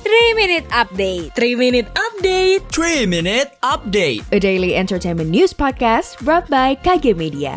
3-Minute Update. 3-Minute Update. 3-Minute Update. A daily entertainment news podcast brought by KG Media.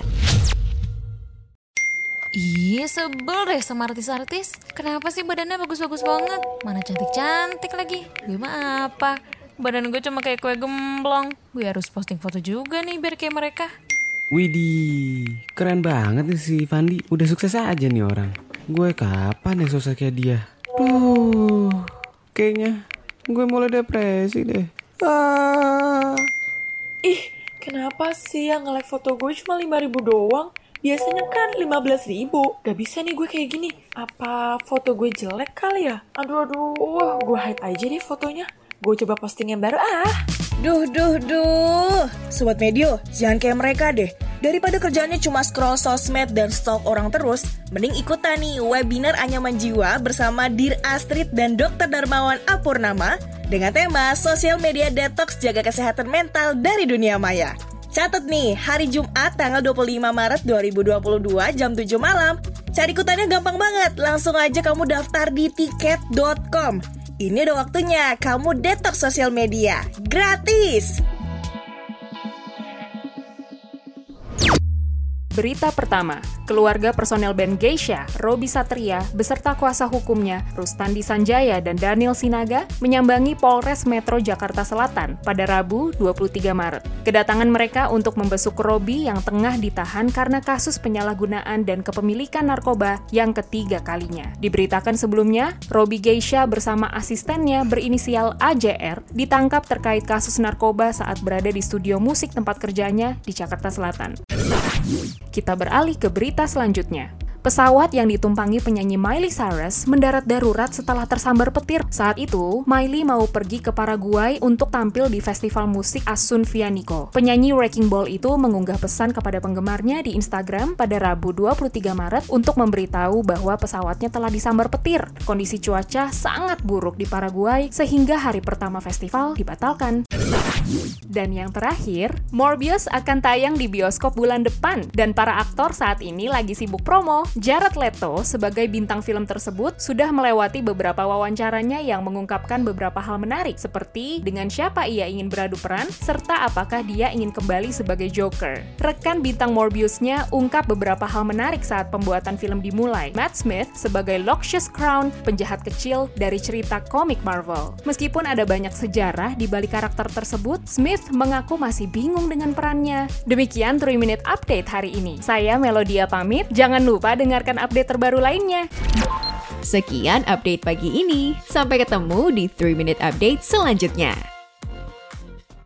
Iya, sebel deh sama artis-artis. Kenapa sih badannya bagus-bagus banget? Mana cantik-cantik lagi. Gue mah apa? Badan gue cuma kayak kue gemblong. Gue harus posting foto juga nih biar kayak mereka. Widih, keren banget nih si Fandi. Udah sukses aja nih orang. Gue kapan ya sukses kayak dia? Duh, kayaknya gue mulai depresi deh. Ih, kenapa sih yang nge-like foto gue cuma 5.000 doang? Biasanya kan 15.000. Gak bisa nih gue kayak gini. Apa foto gue jelek kali ya? Aduh, gue hide aja deh fotonya. Gue coba posting yang baru Duh. Sobat Medio, jangan kayak mereka deh. Daripada kerjaannya cuma scroll sosmed dan stalk orang terus, mending ikutan nih webinar Anyaman Jiwa bersama Dir Astrid dan Dr. Darmawan Apurnama dengan tema Sosial Media Detox Jaga Kesehatan Mental dari Dunia Maya. Catat nih, hari Jumat tanggal 25 Maret 2022 jam 7 malam. Cari ikutannya gampang banget, langsung aja kamu daftar di tiket.com. Ini udah waktunya kamu detox sosial media, gratis! Berita pertama, keluarga personel band Geisha, Robby Satria, beserta kuasa hukumnya, Rustandi Sanjaya dan Daniel Sinaga, menyambangi Polres Metro Jakarta Selatan pada Rabu 23 Maret. Kedatangan mereka untuk membesuk Robby yang tengah ditahan karena kasus penyalahgunaan dan kepemilikan narkoba yang ketiga kalinya. Diberitakan sebelumnya, Robby Geisha bersama asistennya berinisial AJR ditangkap terkait kasus narkoba saat berada di studio musik tempat kerjanya di Jakarta Selatan. Kita beralih ke berita selanjutnya. Pesawat yang ditumpangi penyanyi Miley Cyrus mendarat darurat setelah tersambar petir. Saat itu, Miley mau pergi ke Paraguay untuk tampil di festival musik Asunción. Penyanyi Wrecking Ball itu mengunggah pesan kepada penggemarnya di Instagram pada Rabu 23 Maret untuk memberitahu bahwa pesawatnya telah disambar petir. Kondisi cuaca sangat buruk di Paraguay sehingga hari pertama festival dibatalkan. Dan yang terakhir, Morbius akan tayang di bioskop bulan depan dan para aktor saat ini lagi sibuk promo. Jared Leto sebagai bintang film tersebut sudah melewati beberapa wawancaranya yang mengungkapkan beberapa hal menarik seperti dengan siapa ia ingin beradu peran serta apakah dia ingin kembali sebagai Joker. Rekan bintang Morbiusnya ungkap beberapa hal menarik saat pembuatan film dimulai. Matt Smith sebagai Lucius Crown, penjahat kecil dari cerita komik Marvel. Meskipun ada banyak sejarah di balik karakter tersebut, Smith mengaku masih bingung dengan perannya. Demikian 3-Minute Update hari ini. Saya Melodia pamit, jangan lupa dengarkan update terbaru lainnya. Sekian update pagi ini. Sampai ketemu di 3-Minute Update selanjutnya.